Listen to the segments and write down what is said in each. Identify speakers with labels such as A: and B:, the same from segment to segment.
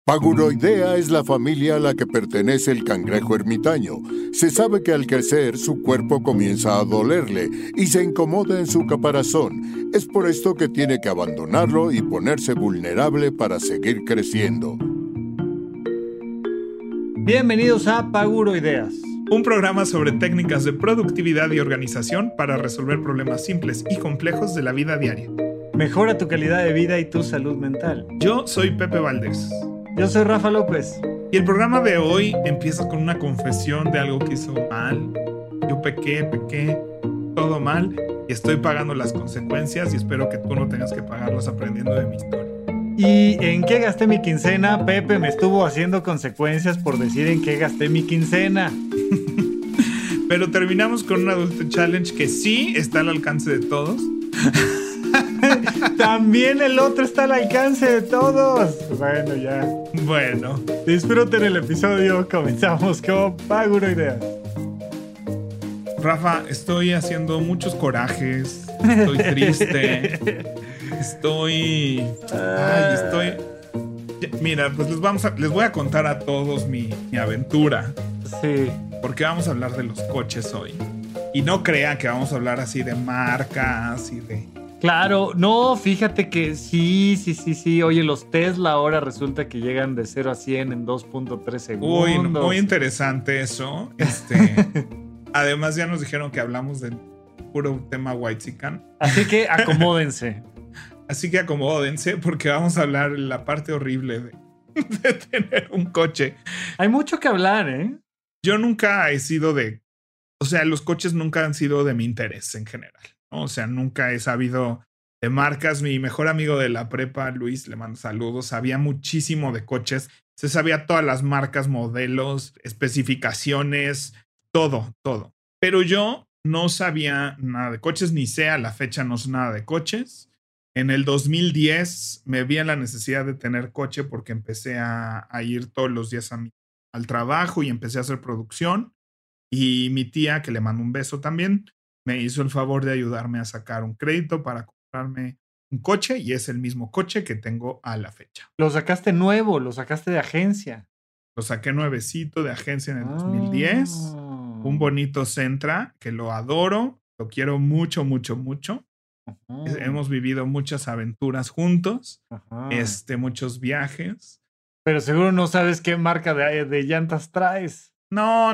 A: Paguroidea es la familia a la que pertenece el cangrejo ermitaño. Se sabe que al crecer su cuerpo comienza a dolerle y se incomoda en su caparazón. Es por esto que tiene que abandonarlo y ponerse vulnerable para seguir creciendo.
B: Bienvenidos a Paguroideas,
C: un programa sobre técnicas de productividad y organización para resolver problemas simples y complejos de la vida diaria.
B: Mejora tu calidad de vida y tu salud mental.
C: Yo soy Pepe Valdés.
B: Yo soy Rafa López.
C: Y el programa de hoy empieza con una confesión de algo que hizo mal. Yo pequé, todo mal y estoy pagando las consecuencias y espero que tú no tengas que pagarlas aprendiendo de mi historia.
B: ¿Y en qué gasté mi quincena? Pepe me estuvo haciendo consecuencias por decir en qué gasté mi quincena.
C: Pero terminamos con un Adulto Challenge que sí está al alcance de todos.
B: También el otro está al alcance de todos. Bueno, ya.
C: Bueno.
B: Disfruten el episodio. Comenzamos con Paguroideas.
C: Rafa, estoy haciendo muchos corajes. Estoy triste. Mira, pues les voy a contar a todos mi aventura.
B: Sí.
C: Porque vamos a hablar de los coches hoy. Y no crean que vamos a hablar así de marcas y de...
B: Claro, no, fíjate que sí. Oye, los Tesla ahora resulta que llegan de 0 a 100 en 2.3 segundos.
C: Uy, muy interesante eso. Además ya nos dijeron que hablamos del puro tema whitezican.
B: Así que acomódense.
C: Porque vamos a hablar de la parte horrible de tener un coche.
B: Hay mucho que hablar, ¿eh?
C: Yo nunca he sido los coches nunca han sido de mi interés en general, ¿no? O sea, nunca he sabido de marcas. Mi mejor amigo de la prepa, Luis, le mando saludos, sabía muchísimo de coches. Se sabía todas las marcas, modelos, especificaciones, todo. Pero yo no sabía nada de coches, ni sé a la fecha no sé nada de coches. En el 2010 me vi en la necesidad de tener coche porque empecé a ir todos los días al trabajo y empecé a hacer producción. Y mi tía, que le mando un beso también, me hizo el favor de ayudarme a sacar un crédito para comprarme un coche y es el mismo coche que tengo a la fecha.
B: ¿Lo sacaste nuevo? ¿Lo sacaste de agencia?
C: Lo saqué nuevecito de agencia en el 2010. Un bonito Sentra que lo adoro, lo quiero mucho. Hemos vivido muchas aventuras juntos, muchos viajes.
B: Pero seguro no sabes qué marca de llantas traes.
C: No.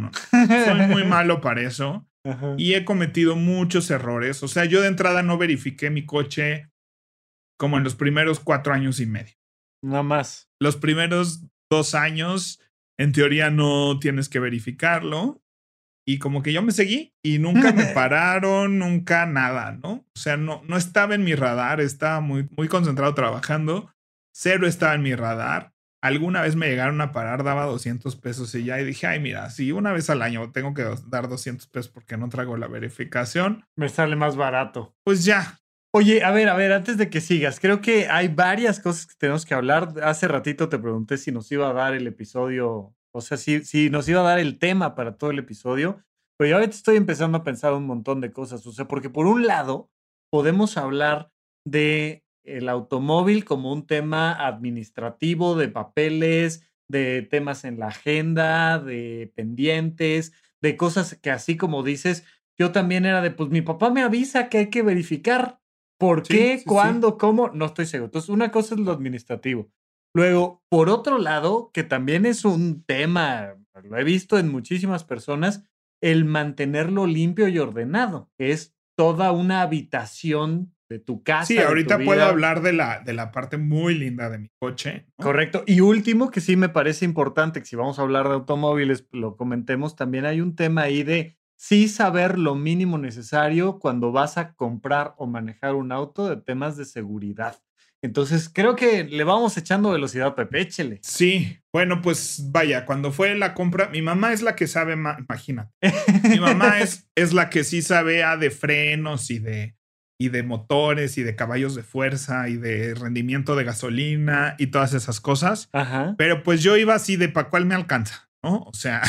C: Soy muy malo para eso. Ajá. Y he cometido muchos errores. O sea, yo de entrada no verifiqué mi coche como en los primeros 4 años y medio.
B: Nada más.
C: Los primeros 2 años, en teoría, no tienes que verificarlo. Y como que yo me seguí y nunca me pararon, nunca nada, ¿no? O sea, no estaba en mi radar, estaba muy, muy concentrado trabajando. Cero estaba en mi radar. Alguna vez me llegaron a parar, daba 200 pesos y ya, y dije, ay, mira, si una vez al año tengo que dar 200 pesos porque no traigo la verificación,
B: me sale más barato.
C: Pues ya.
B: Oye, a ver, antes de que sigas, creo que hay varias cosas que tenemos que hablar. Hace ratito te pregunté si nos iba a dar el episodio, o sea, si nos iba a dar el tema para todo el episodio, pero yo ahorita estoy empezando a pensar un montón de cosas, o sea, porque por un lado podemos hablar de el automóvil como un tema administrativo, de papeles, de temas en la agenda, de pendientes, de cosas que así como dices, yo también era de, pues mi papá me avisa que hay que verificar. ¿Por qué? ¿Cuándo? ¿Cómo? No estoy seguro. Entonces, una cosa es lo administrativo. Luego, por otro lado, que también es un tema, lo he visto en muchísimas personas, el mantenerlo limpio y ordenado, que es toda una habitación de tu casa.
C: Sí, ahorita puedo hablar de la parte muy linda de mi coche, ¿no?
B: Correcto. Y último, que sí me parece importante, que si vamos a hablar de automóviles, lo comentemos, también hay un tema ahí de sí saber lo mínimo necesario cuando vas a comprar o manejar un auto de temas de seguridad. Entonces, creo que le vamos echando velocidad, Pepe, échele.
C: Sí, bueno, pues vaya, cuando fue la compra, mi mamá es la que sabe más, imagínate. Mi mamá es la que sí sabe de frenos y de motores y de caballos de fuerza y de rendimiento de gasolina y todas esas cosas.
B: Ajá.
C: Pero pues yo iba así de ¿para cuál me alcanza? ¿No? O sea,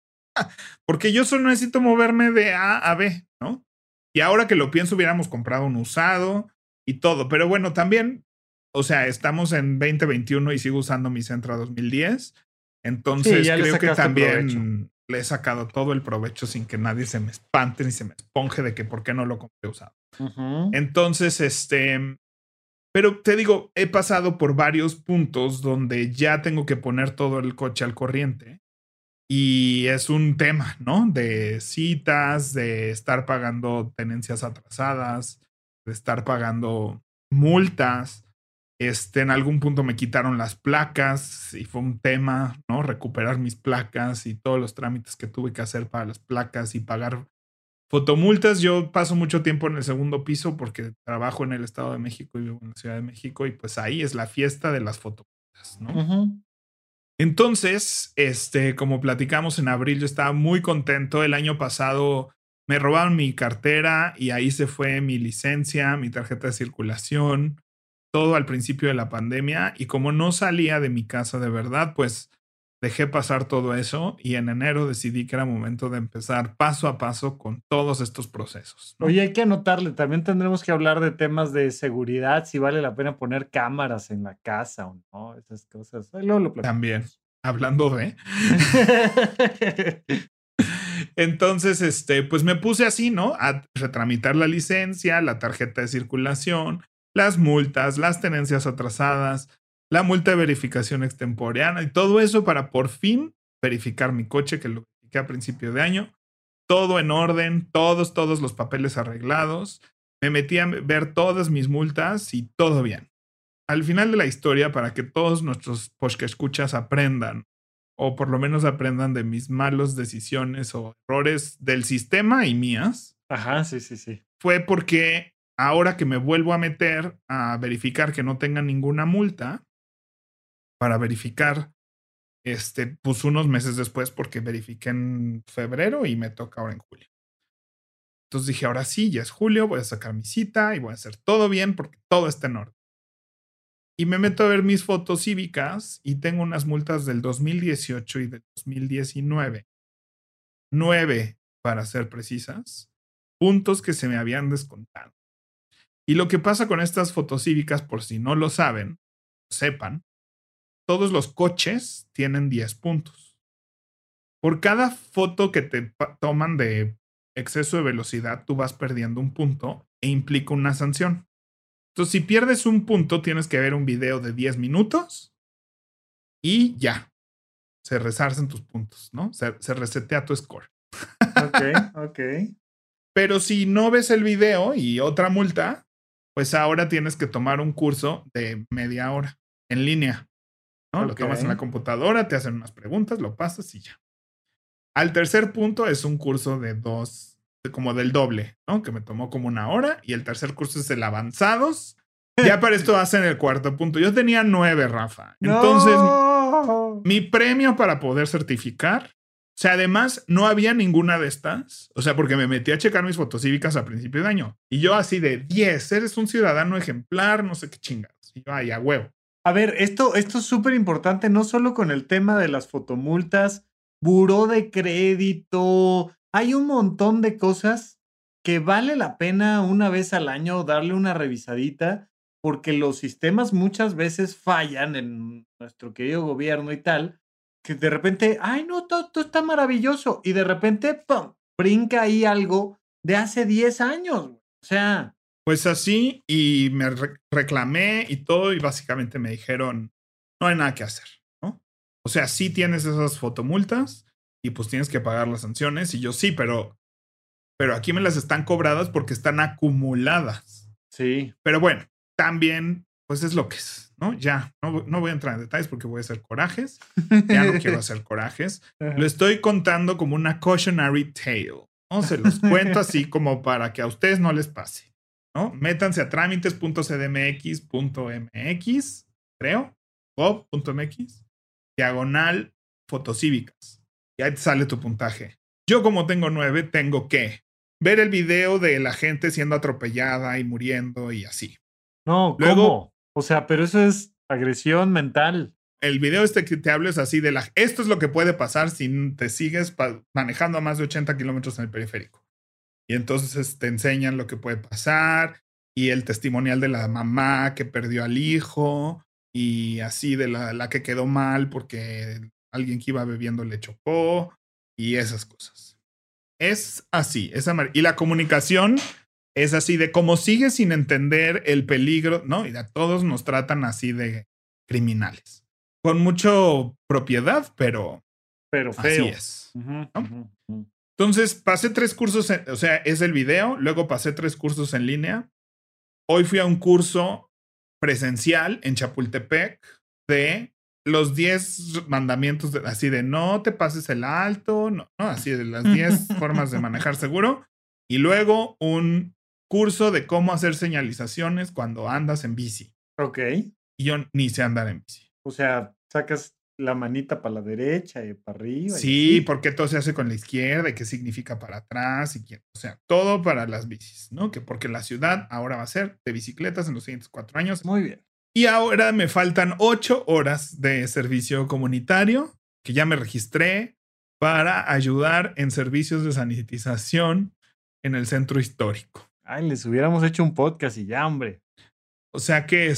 C: porque yo solo necesito moverme de A a B, ¿no? Y ahora que lo pienso, hubiéramos comprado un usado y todo. Pero bueno, también o sea, estamos en 2021 y sigo usando mi Sentra 2010.
B: Sí,
C: Entonces
B: ya le
C: creo que
B: sacaste provecho.
C: también le he sacado todo el provecho sin que nadie se me espante ni se me esponje de que por qué no lo compré usado.
B: Ujú.
C: Entonces, pero te digo, he pasado por varios puntos donde ya tengo que poner todo el coche al corriente. Y es un tema, ¿no? De citas, de estar pagando tenencias atrasadas, de estar pagando multas. En algún punto me quitaron las placas y fue un tema, ¿no? Recuperar mis placas y todos los trámites que tuve que hacer para las placas y pagar fotomultas. Yo paso mucho tiempo en el segundo piso porque trabajo en el Estado de México y vivo en la Ciudad de México y pues ahí es la fiesta de las fotomultas, ¿no?
B: Ujú.
C: Entonces, como platicamos en abril, yo estaba muy contento. El año pasado me robaron mi cartera y ahí se fue mi licencia, mi tarjeta de circulación, todo al principio de la pandemia. Y como no salía de mi casa de verdad, pues dejé pasar todo eso y en enero decidí que era momento de empezar paso a paso con todos estos procesos, ¿no?
B: Oye, hay que anotarle, también tendremos que hablar de temas de seguridad, si vale la pena poner cámaras en la casa o no, esas cosas. Ahí luego lo
C: También,
B: platicamos.
C: hablando de... Entonces, pues me puse así, ¿no? A retramitar la licencia, la tarjeta de circulación, las multas, las tenencias atrasadas, la multa de verificación extemporánea y todo eso para por fin verificar mi coche, que lo verifiqué a principio de año. Todo en orden, todos los papeles arreglados. Me metí a ver todas mis multas y todo bien. Al final de la historia, para que todos nuestros escuchas aprendan o por lo menos aprendan de mis malas decisiones o errores del sistema y mías,
B: Ajá, sí, sí, sí.
C: fue porque ahora que me vuelvo a meter a verificar que no tenga ninguna multa, para verificar, pues unos meses después, porque verifiqué en febrero y me toca ahora en julio. Entonces dije, ahora sí, ya es julio, voy a sacar mi cita y voy a hacer todo bien porque todo está en orden. Y me meto a ver mis fotos cívicas y tengo unas multas del 2018 y del 2019. 9, para ser precisas, puntos que se me habían descontado. Y lo que pasa con estas fotos cívicas, por si no lo saben, sepan, todos los coches tienen 10 puntos. Por cada foto que te toman de exceso de velocidad, tú vas perdiendo un punto e implica una sanción. Entonces, si pierdes un punto, tienes que ver un video de 10 minutos y ya. Se resarcen tus puntos, ¿no? Se resetea tu score.
B: Ok, ok.
C: Pero si no ves el video y otra multa, pues ahora tienes que tomar un curso de media hora en línea, ¿no? Lo tomas en la computadora, te hacen unas preguntas, lo pasas y ya. Al tercer punto es un curso de 2, como del doble, ¿no? Que me tomó como una hora. Y el tercer curso es el avanzados. Ya para esto hacen el cuarto punto. Yo tenía 9, Rafa. Entonces,
B: ¡No!
C: mi premio para poder certificar, o sea, además no había ninguna de estas, o sea, porque me metí a checar mis fotos cívicas a principio de año. Y yo así de 10, eres un ciudadano ejemplar, no sé qué chingados. Y yo, ay, a huevo.
B: A ver, esto es súper importante, no solo con el tema de las fotomultas, buró de crédito, hay un montón de cosas que vale la pena una vez al año darle una revisadita, porque los sistemas muchas veces fallan en nuestro querido gobierno y tal, que de repente, ay, no, todo está maravilloso, y de repente, ¡pum!, brinca ahí algo de hace 10 años. O sea,
C: Pues así, y me reclamé y todo, y básicamente me dijeron, no hay nada que hacer, ¿no? O sea, sí tienes esas fotomultas y pues tienes que pagar las sanciones. Y yo sí, pero aquí me las están cobradas porque están acumuladas.
B: sí.
C: Pero bueno, también, pues es lo que es, ¿no? Ya, no voy a entrar en detalles porque voy a hacer corajes. Ya no quiero hacer corajes. Lo estoy contando como una cautionary tale, ¿no? Se los cuento así como para que a ustedes no les pase, ¿no? Métanse a trámites.cdmx.mx, creo, gov.mx, diagonal fotocívicas. Y ahí te sale tu puntaje. Yo, como tengo 9, tengo que ver el video de la gente siendo atropellada y muriendo y así.
B: No,
C: Luego,
B: ¿cómo? O sea, pero eso es agresión mental.
C: el video que te hablo es así de esto es lo que puede pasar si te sigues manejando a más de 80 kilómetros en el periférico. Y entonces te enseñan lo que puede pasar y el testimonial de la mamá que perdió al hijo y así de la que quedó mal porque alguien que iba bebiendo le chocó y esas cosas. Es así, y la comunicación es así de como sigue sin entender el peligro, ¿no? Y a todos nos tratan así de criminales. Con mucho propiedad, pero
B: feo.
C: así es.
B: ¿No?
C: Entonces pasé 3 cursos, o sea, es el video, luego pasé 3 cursos en línea. Hoy fui a un curso presencial en Chapultepec de los 10 mandamientos, así de no te pases el alto, no, así de las 10 formas de manejar seguro. Y luego un curso de cómo hacer señalizaciones cuando andas en bici.
B: Ok.
C: Y yo ni sé andar en bici.
B: O sea, sacas la manita para la derecha y para arriba.
C: Sí, porque todo se hace con la izquierda y qué significa para atrás. O sea, todo para las bicis, ¿no? Que porque la ciudad ahora va a ser de bicicletas en los siguientes 4 años.
B: Muy bien.
C: Y ahora me faltan 8 horas de servicio comunitario que ya me registré para ayudar en servicios de sanitización en el centro histórico.
B: Ay, les hubiéramos hecho un podcast y ya, hombre.
C: O sea que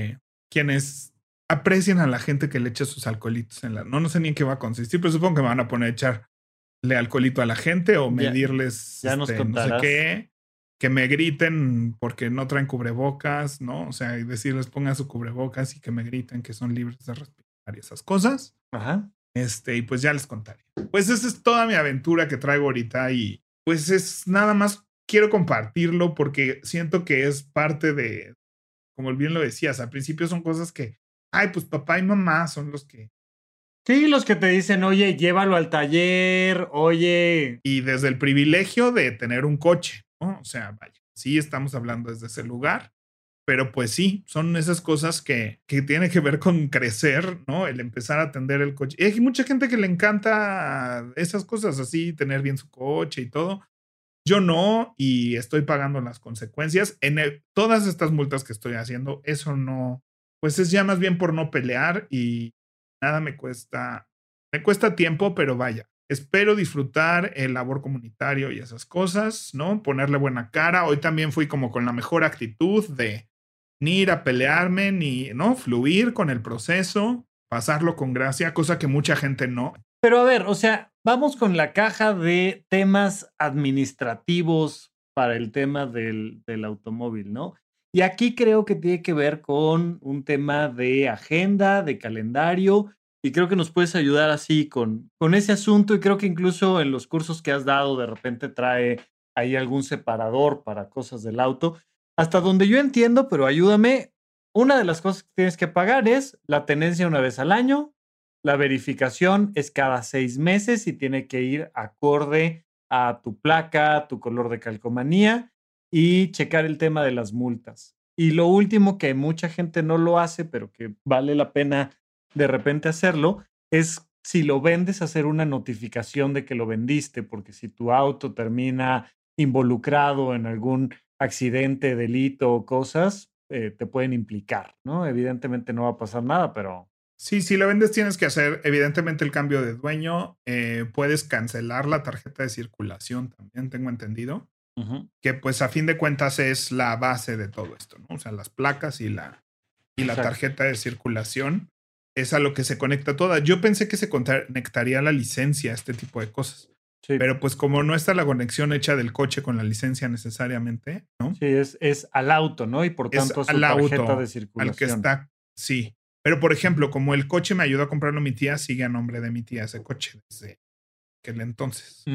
C: quienes aprecian a la gente que le echa sus alcoholitos en la... No sé ni en qué va a consistir, pero supongo que me van a poner a echarle alcoholito a la gente o medirles
B: ya nos
C: no sé qué, que me griten porque no traen cubrebocas, ¿no? O sea, y decirles pongan su cubrebocas y que me griten que son libres de respirar y esas cosas.
B: Ajá.
C: Y pues ya les contaré. Pues esa es toda mi aventura que traigo ahorita y pues es nada más quiero compartirlo porque siento que es parte de, como bien lo decías, al principio son cosas que, ay, pues papá y mamá son los que...
B: Sí, los que te dicen, oye, llévalo al taller, oye.
C: Y desde el privilegio de tener un coche, ¿no? O sea, vaya, sí estamos hablando desde ese lugar, pero pues sí, son esas cosas que tienen que ver con crecer, ¿no? El empezar a atender el coche. Y hay mucha gente que le encanta esas cosas así, tener bien su coche y todo. Yo no, y estoy pagando las consecuencias. Todas estas multas que estoy haciendo, eso no, pues es ya más bien por no pelear y nada me cuesta tiempo, pero vaya, espero disfrutar el labor comunitario y esas cosas, ¿no? Ponerle buena cara. Hoy también fui como con la mejor actitud de ni ir a pelearme, ni, ¿no? Fluir con el proceso, pasarlo con gracia, cosa que mucha gente no.
B: Pero a ver, o sea, vamos con la caja de temas administrativos para el tema del automóvil, ¿no? Y aquí creo que tiene que ver con un tema de agenda, de calendario, y creo que nos puedes ayudar así con ese asunto, y creo que incluso en los cursos que has dado de repente trae ahí algún separador para cosas del auto. Hasta donde yo entiendo, pero ayúdame, una de las cosas que tienes que pagar es la tenencia una vez al año. La verificación es cada 6 meses y tiene que ir acorde a tu placa, tu color de calcomanía y checar el tema de las multas. Y lo último que mucha gente no lo hace, pero que vale la pena de repente hacerlo, es si lo vendes, hacer una notificación de que lo vendiste, porque si tu auto termina involucrado en algún accidente, delito o cosas, te pueden implicar, ¿no? Evidentemente no va a pasar nada, pero...
C: Sí, si lo vendes tienes que hacer evidentemente el cambio de dueño. Puedes cancelar la tarjeta de circulación también, tengo entendido. Que pues a fin de cuentas es la base de todo esto, ¿no? O sea, las placas y la tarjeta de circulación es a lo que se conecta toda. Yo pensé que se conectaría la licencia, este tipo de cosas. Sí. Pero pues como no está la conexión hecha del coche con la licencia necesariamente, ¿no?
B: Sí, es al auto, ¿no? Y por tanto
C: es
B: su tarjeta de circulación.
C: Al que está, sí. Pero, por ejemplo, como el coche me ayudó a comprarlo mi tía, sigue a nombre de mi tía ese coche desde aquel entonces.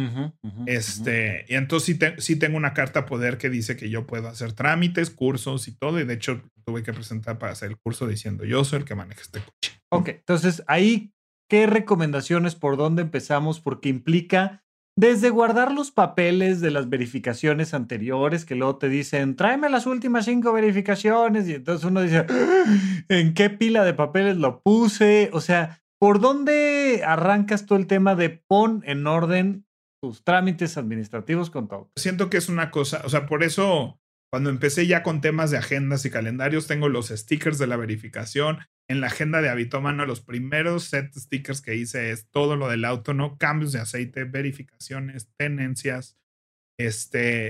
C: Y entonces sí tengo una carta poder que dice que yo puedo hacer trámites, cursos y todo. Y de hecho, tuve que presentar para hacer el curso diciendo yo soy el que maneja este coche.
B: Ok, entonces ahí, ¿qué recomendaciones por dónde empezamos? Porque implica desde guardar los papeles de las verificaciones anteriores, que luego te dicen, tráeme las últimas 5 verificaciones, y entonces uno dice, ¿en qué pila de papeles lo puse? O sea, ¿por dónde arrancas tú el tema de pon en orden tus trámites administrativos con todo?
C: Siento que es una cosa, o sea, por eso cuando empecé ya con temas de agendas y calendarios, tengo los stickers de la verificación. En la agenda de Habitómano, los primeros set de stickers que hice es todo lo del auto, ¿no? Cambios de aceite, verificaciones, tenencias,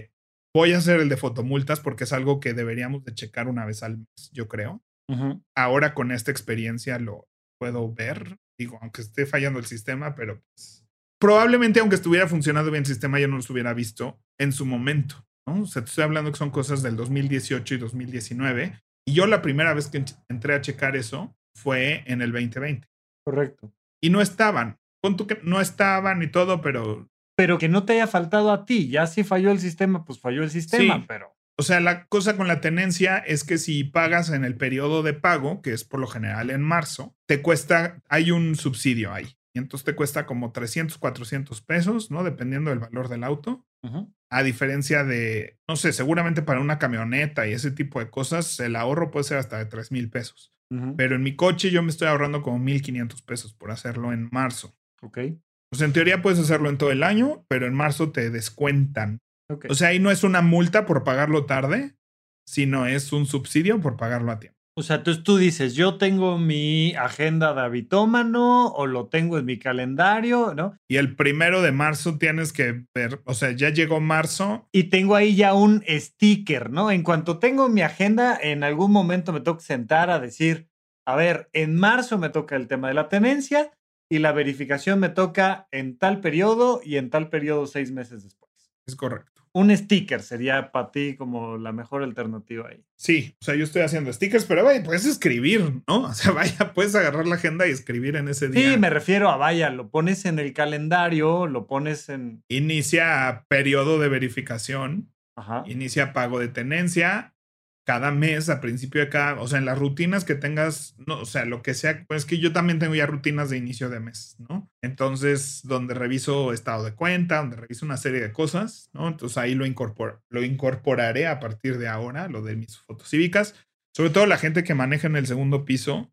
C: Voy a hacer el de fotomultas porque es algo que deberíamos de checar una vez al mes, yo creo. Ahora con esta experiencia lo puedo ver. Digo, aunque esté fallando el sistema, pero pues, probablemente aunque estuviera funcionando bien el sistema, yo no los hubiera visto en su momento, ¿no? O sea, te estoy hablando que son cosas del 2018 y 2019. Y yo la primera vez que entré a checar eso fue en el 2020.
B: Correcto.
C: Y no estaban. Pon tú que no estaban y todo, pero...
B: Pero que no te haya faltado a ti. Ya si falló el sistema, pues falló el sistema,
C: Sí.
B: pero...
C: O sea, la cosa con la tenencia es que si pagas en el periodo de pago, que es por lo general en marzo, te cuesta, hay un subsidio ahí. Y entonces te cuesta como 300, 400 pesos, ¿no? Dependiendo del valor del auto. A diferencia de, no sé, seguramente para una camioneta y ese tipo de cosas, el ahorro puede ser hasta de 3,000 pesos. Pero en mi coche yo me estoy ahorrando como 1,500 pesos por hacerlo en marzo.
B: Ok.
C: Pues en teoría puedes hacerlo en todo el año, pero en marzo te descuentan.
B: Okay.
C: O sea, ahí no es una multa por pagarlo tarde, sino es un subsidio por pagarlo a tiempo.
B: O sea, entonces tú dices, yo tengo mi agenda de habitómano o lo tengo en mi calendario, ¿no?
C: Y el 1 de marzo tienes que ver, o sea, ya llegó marzo.
B: Y tengo ahí ya un sticker, ¿no? En cuanto tengo mi agenda, en algún momento me tengo que sentar a decir, a ver, en marzo me toca el tema de la tenencia y la verificación me toca en tal periodo y en tal periodo 6 meses después.
C: Es correcto.
B: Un sticker sería para ti como la mejor alternativa ahí.
C: Sí, o sea, yo estoy haciendo stickers, pero vaya, puedes escribir, ¿no? O sea, vaya, puedes agarrar la agenda y escribir en ese día.
B: Sí, me refiero a, vaya, lo pones en el calendario, lo pones en...
C: Inicia periodo de verificación,
B: Ajá.
C: Inicia pago de tenencia, cada mes, a principio de cada, o sea, en las rutinas que tengas, no, o sea, lo que sea, pues que yo también tengo ya rutinas de inicio de mes, ¿no? Entonces, donde reviso estado de cuenta, donde reviso una serie de cosas, ¿no? Entonces ahí lo incorporaré a partir de ahora, lo de mis fotos cívicas, sobre todo la gente que maneja en el segundo piso,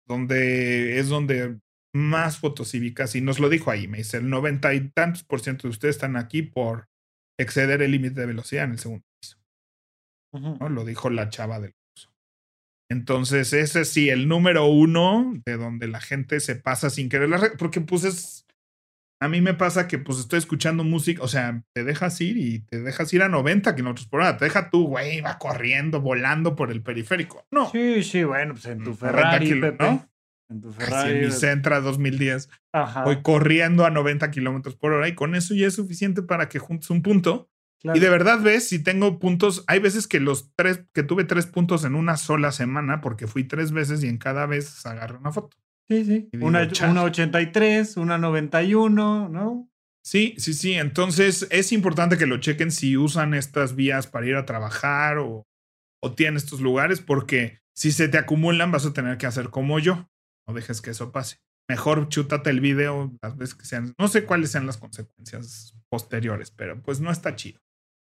C: donde es donde más fotos cívicas, y nos lo dijo ahí, me dice, el 90 y tantos % de ustedes están aquí por exceder el límite de velocidad en el segundo piso. ¿No? Lo dijo la chava del curso. Entonces, ese sí, el número 1 de donde la gente se pasa sin querer porque pues es, a mí me pasa que pues estoy escuchando música, o sea, te dejas ir y te dejas ir a 90 kilómetros por hora, te deja tú, güey, va corriendo, volando por el periférico. No.
B: Sí, bueno, pues en tu Ferrari, Pepe,
C: ¿no?
B: En tu Ferrari.
C: En mi Sentra 2010.
B: Ajá.
C: Voy corriendo a 90 kilómetros por hora y con eso ya es suficiente para que juntes un punto.
B: Claro.
C: Y de verdad ves, si tengo puntos, hay veces que que tuve 3 puntos en una sola semana porque fui 3 veces y en cada vez agarré una foto.
B: Sí. Una 83, una 91, ¿no?
C: Sí. Entonces es importante que lo chequen si usan estas vías para ir a trabajar o tienen estos lugares, porque si se te acumulan vas a tener que hacer como yo. No dejes que eso pase. Mejor chútate el video las veces que sean. No sé cuáles sean las consecuencias posteriores, pero pues no está chido.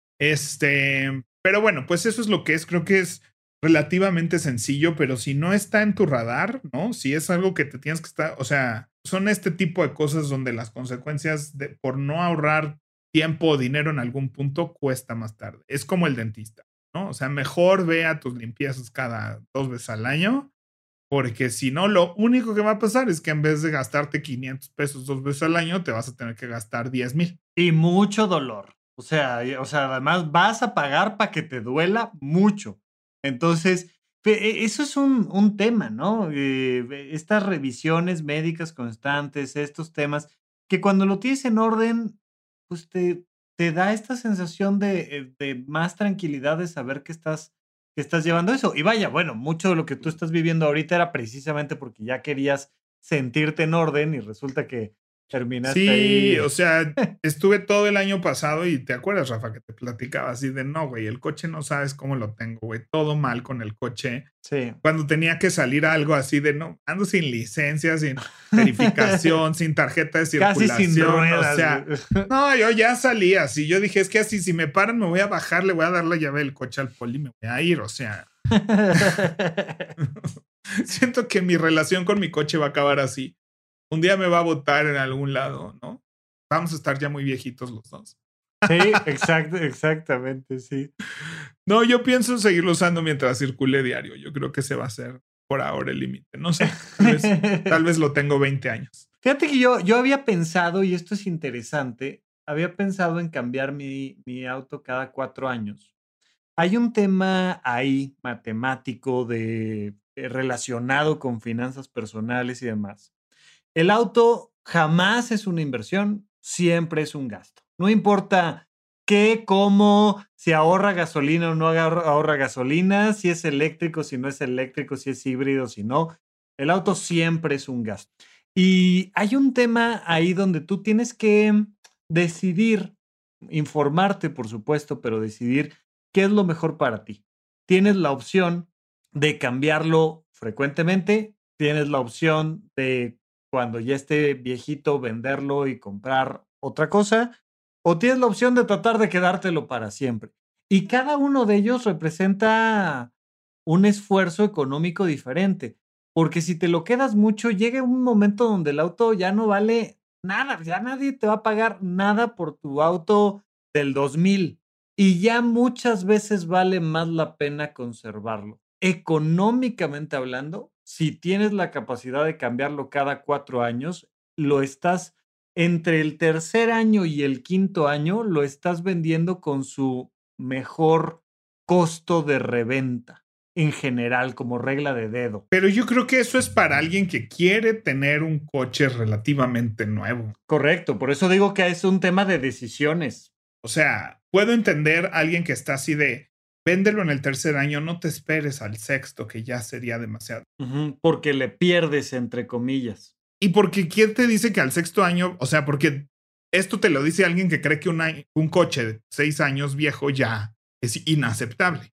C: Pero bueno, pues eso es lo que es. Creo que es relativamente sencillo, pero si no está en tu radar, ¿no? Si es algo que te tienes que estar, o sea, son este tipo de cosas donde las consecuencias por no ahorrar tiempo o dinero en algún punto cuesta más tarde. Es como el dentista, ¿no? O sea, mejor ve a tus limpiezas cada 2 veces al año, porque si no, lo único que va a pasar es que en vez de gastarte 500 pesos 2 veces al año, te vas a tener que gastar 10,000.
B: Y mucho dolor. O sea, además vas a pagar para que te duela mucho. Entonces, eso es un tema, ¿no? Estas revisiones médicas constantes, estos temas, que cuando lo tienes en orden, pues te da esta sensación de más tranquilidad de saber que estás llevando eso. Y vaya, bueno, mucho de lo que tú estás viviendo ahorita era precisamente porque ya querías sentirte en orden y resulta que terminaste ahí.
C: Sí, o sea, estuve todo el año pasado y te acuerdas, Rafa, que te platicaba así de no, güey, el coche no sabes cómo lo tengo, güey, todo mal con el coche.
B: Sí.
C: Cuando tenía que salir algo así de no, ando sin licencia, sin verificación, sin tarjeta de circulación.
B: Casi sin ruedas,
C: o sea, no, yo ya salí así. Yo dije, es que así, si me paran, me voy a bajar, le voy a dar la llave del coche al poli y me voy a ir, o sea. Siento que mi relación con mi coche va a acabar así. Un día me va a botar en algún lado, ¿no? Vamos a estar ya muy viejitos los dos.
B: Sí, exactamente, sí.
C: No, yo pienso seguirlo usando mientras circule diario. Yo creo que ese va a ser por ahora el límite. No sé, tal vez lo tengo 20 años.
B: Fíjate que yo había pensado, y esto es interesante, había pensado en cambiar mi auto cada 4 años. Hay un tema ahí matemático relacionado con finanzas personales y demás. El auto jamás es una inversión, siempre es un gasto. No importa qué, cómo, si ahorra gasolina o no ahorra gasolina, si es eléctrico, si no es eléctrico, si es híbrido, si no. El auto siempre es un gasto. Y hay un tema ahí donde tú tienes que decidir, informarte, por supuesto, pero decidir qué es lo mejor para ti. Tienes la opción de cambiarlo frecuentemente, tienes la opción de cuando ya esté viejito venderlo y comprar otra cosa, o tienes la opción de tratar de quedártelo para siempre. Y cada uno de ellos representa un esfuerzo económico diferente, porque si te lo quedas mucho, llega un momento donde el auto ya no vale nada, ya nadie te va a pagar nada por tu auto del 2000 y ya muchas veces vale más la pena conservarlo. Económicamente hablando, si tienes la capacidad de cambiarlo cada 4 años, lo estás entre el tercer año y el quinto año, lo estás vendiendo con su mejor costo de reventa en general, como regla de dedo.
C: Pero yo creo que eso es para alguien que quiere tener un coche relativamente nuevo.
B: Correcto, por eso digo que es un tema de decisiones.
C: O sea, puedo entender a alguien que está así de, véndelo en el tercer año, no te esperes al sexto, que ya sería demasiado.
B: Porque le pierdes, entre comillas.
C: Y porque ¿quién te dice que al sexto año, o sea, porque esto te lo dice alguien que cree que un coche de 6 años viejo ya es inaceptable?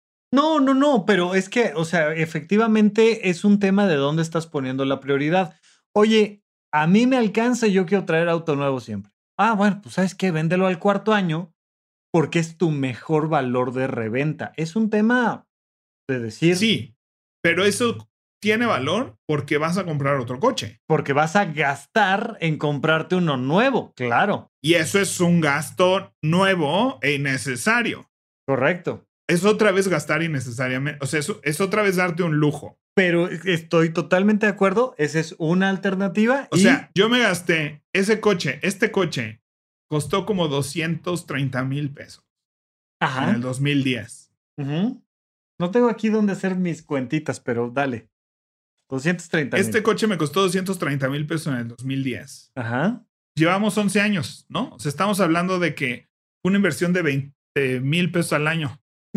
B: No, pero es que, o sea, efectivamente es un tema de dónde estás poniendo la prioridad. Oye, a mí me alcanza y yo quiero traer auto nuevo siempre. Ah, bueno, pues ¿sabes qué? Véndelo al cuarto año porque es tu mejor valor de reventa. Es un tema de decir.
C: Sí, pero eso tiene valor porque vas a comprar otro coche.
B: Porque vas a gastar en comprarte uno nuevo, claro.
C: Y eso es un gasto nuevo e innecesario.
B: Correcto.
C: Es otra vez gastar innecesariamente. O sea, es otra vez darte un lujo.
B: Pero estoy totalmente de acuerdo. Esa es una alternativa.
C: O sea, yo me gasté este coche costó como 230,000 pesos.
B: Ajá.
C: En el 2010.
B: No tengo aquí donde hacer mis cuentitas, pero dale. 230,000.
C: Este coche me costó 230,000 pesos en el 2010.
B: Ajá.
C: Llevamos 11 años, ¿no? O sea, estamos hablando de que una inversión de 20,000 pesos al año.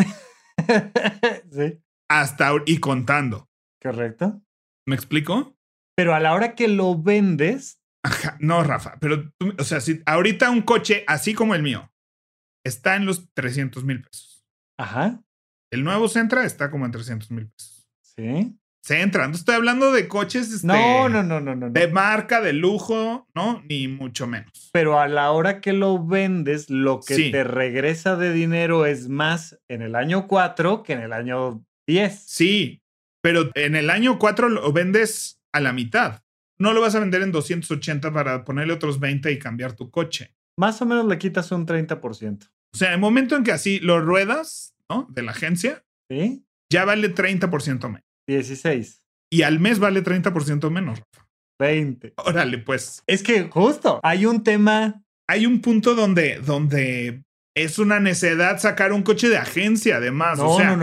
B: Sí.
C: Hasta y contando.
B: Correcto.
C: ¿Me explico?
B: Pero a la hora que lo vendes.
C: Ajá, no, Rafa, pero tú, o sea, si ahorita un coche así como el mío está en los 300,000 pesos.
B: Ajá.
C: El nuevo Sentra está como en 300,000 pesos.
B: Sí.
C: Sentra, no estoy hablando de coches
B: No.
C: de marca, de lujo, ¿no? Ni mucho menos.
B: Pero a la hora que lo vendes, lo que te regresa de dinero es más en el año 4 que en el año 10.
C: Sí, pero en el año 4 lo vendes a la mitad. No lo vas a vender en 280 para ponerle otros 20 y cambiar tu coche.
B: Más o menos le quitas un 30%.
C: O sea, el momento en que así lo ruedas, ¿no? De la agencia,
B: ¿Sí?
C: Ya vale 30% menos.
B: 16.
C: Y al mes vale 30% menos, Rafa.
B: 20.
C: Órale, pues.
B: Es que justo hay un tema.
C: Hay un punto donde es una necedad sacar un coche de agencia, además.
B: No,
C: o sea,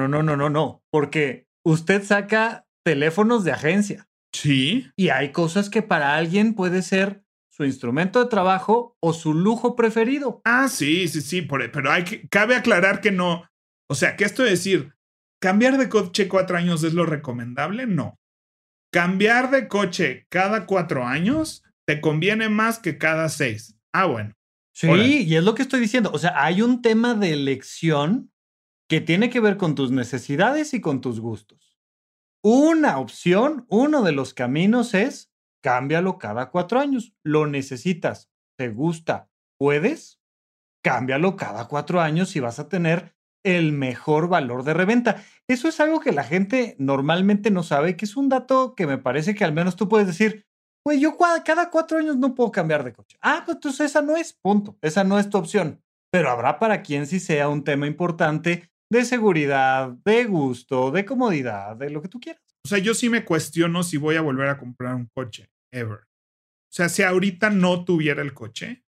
B: no. Porque usted saca teléfonos de agencia.
C: Sí.
B: Y hay cosas que para alguien puede ser su instrumento de trabajo o su lujo preferido.
C: Ah, sí. Pero cabe aclarar que no. O sea, que esto es decir, ¿cambiar de coche 4 años es lo recomendable? No. Cambiar de coche cada 4 años te conviene más que cada 6. Ah, bueno.
B: Sí, órale. Y es lo que estoy diciendo. O sea, hay un tema de elección que tiene que ver con tus necesidades y con tus gustos. Una opción, uno de los caminos es cámbialo cada 4 años. Lo necesitas, te gusta, puedes, cámbialo cada 4 años y vas a tener el mejor valor de reventa. Eso es algo que la gente normalmente no sabe, que es un dato que me parece que al menos tú puedes decir, pues yo cada 4 años no puedo cambiar de coche. Ah, pues entonces esa no es, punto. Esa no es tu opción. Pero habrá para quien sí sea un tema importante de seguridad, de gusto, de comodidad, de lo que tú quieras.
C: O sea, yo sí me cuestiono si voy a volver a comprar un coche, ever. O sea, si ahorita no tuviera el coche,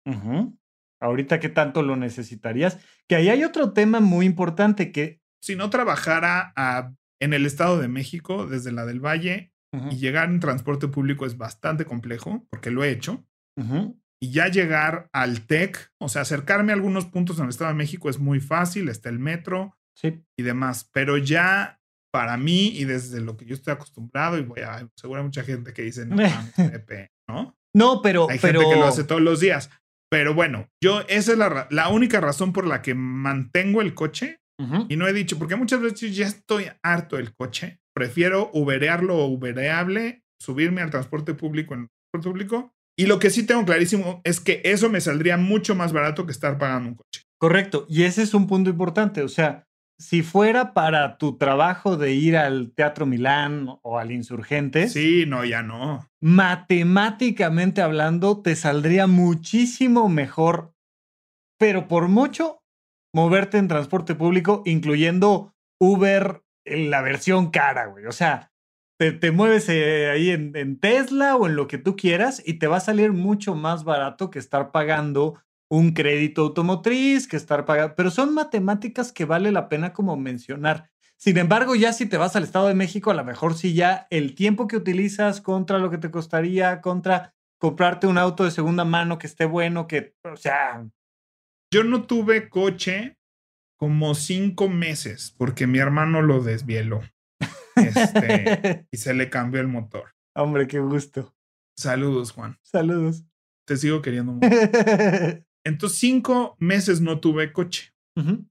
B: Ujú. Ahorita, ¿qué tanto lo necesitarías? Que ahí hay otro tema muy importante que...
C: Si no trabajara en el Estado de México, desde la del Valle, y
B: Ujú,
C: llegar en transporte público es bastante complejo, porque lo he hecho.
B: ujú.
C: Y ya llegar al TEC, o sea, acercarme a algunos puntos en el Estado de México es muy fácil, está el metro
B: Sí.
C: y demás. Pero ya para mí y desde lo que yo estoy acostumbrado, y seguro hay mucha gente que dice, no mames, Pepe, ¿no?
B: No,
C: Hay gente que lo hace todos los días. Pero bueno, esa es la única razón por la que mantengo el coche.
B: Ujú.
C: Y no he dicho, porque muchas veces ya estoy harto del coche. Prefiero uberearlo o ubereable, subirme al transporte público en el transporte público. Y lo que sí tengo clarísimo es que eso me saldría mucho más barato que estar pagando un coche.
B: Correcto. Y ese es un punto importante. O sea, si fuera para tu trabajo de ir al Teatro Milán o al Insurgentes,
C: Sí, no, ya no.
B: matemáticamente hablando, te saldría muchísimo mejor, pero por mucho, moverte en transporte público, incluyendo Uber, en la versión cara, güey. O sea, te mueves ahí en Tesla o en lo que tú quieras y te va a salir mucho más barato que estar pagando un crédito automotriz, que estar pagando. Pero son matemáticas que vale la pena como mencionar. Sin embargo, ya si te vas al Estado de México, a lo mejor sí ya el tiempo que utilizas contra lo que te costaría, contra comprarte un auto de segunda mano que esté bueno, que, o sea,
C: Yo no tuve coche como 5 meses porque mi hermano lo desvieló. Y se le cambió el motor.
B: hombre, qué gusto.
C: Saludos, Juan.
B: Saludos.
C: Te sigo queriendo mucho. Entonces, 5 meses no tuve coche.
B: Ujú.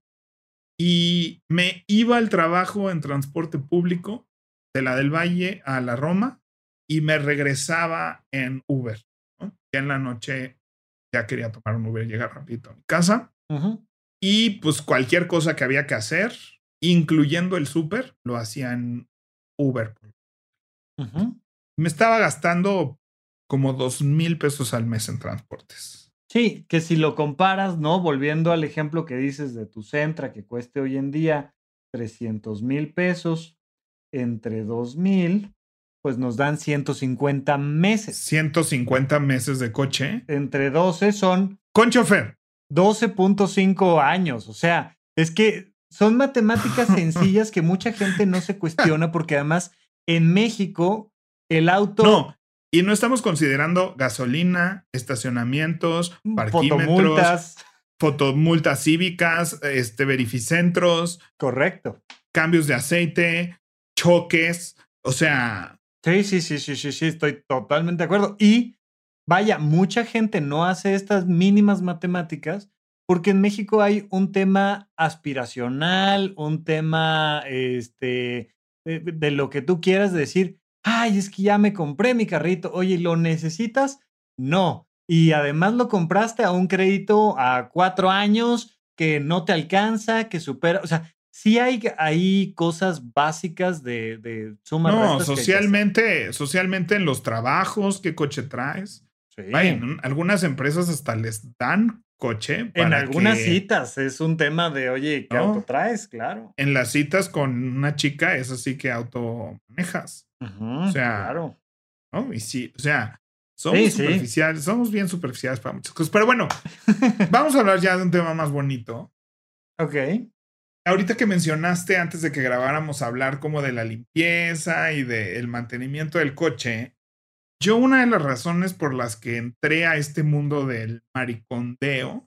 C: Y me iba al trabajo en transporte público de la del Valle a la Roma y me regresaba en Uber, ¿no? Ya en la noche ya quería tomar un Uber y llegar rapidito a mi casa.
B: Ujú.
C: Y pues cualquier cosa que había que hacer, incluyendo el súper, lo hacía en Uber.
B: Ujú.
C: Me estaba gastando como 2,000 pesos al mes en transportes.
B: Sí, que si lo comparas, ¿no? Volviendo al ejemplo que dices de tu Sentra, que cueste hoy en día 300,000 pesos entre 2,000, pues nos dan 150 meses.
C: 150 meses de coche
B: Entre 12 son
C: con chofer.
B: 12.5 años. O sea, es que son matemáticas sencillas que mucha gente no se cuestiona porque además en México el auto...
C: No, y no estamos considerando gasolina, estacionamientos, parquímetros,
B: fotomultas.
C: fotomultas cívicas, verificentros,
B: Correcto.
C: cambios de aceite, choques, o sea...
B: Sí, estoy totalmente de acuerdo. Y vaya, mucha gente no hace estas mínimas matemáticas porque en México hay un tema aspiracional, un tema de lo que tú quieras decir, ay, es que ya me compré mi carrito, oye, ¿lo necesitas? No. Y además lo compraste a un crédito a 4 años que no te alcanza, que supera, o sea, sí hay cosas básicas de sumas,
C: No,
B: restas que hay que hacer.
C: socialmente en los trabajos, ¿qué coche traes? Vaya,
B: Sí.
C: algunas empresas hasta les dan coche
B: En
C: para
B: algunas
C: que,
B: citas es un tema de, oye, ¿qué auto
C: ¿no?
B: traes? Claro.
C: En las citas con una chica es así que auto manejas. O
B: Ujú,
C: sea,
B: claro.
C: ¿no? Y sí, o sea,
B: Sí,
C: somos
B: sí.
C: superficiales, somos bien superficiales para muchas cosas. Pero bueno, vamos a hablar ya de un tema más bonito.
B: Ok.
C: Ahorita que mencionaste antes de que grabáramos hablar como de la limpieza y del mantenimiento del coche, yo una de las razones por las que entré a este mundo del maricondeo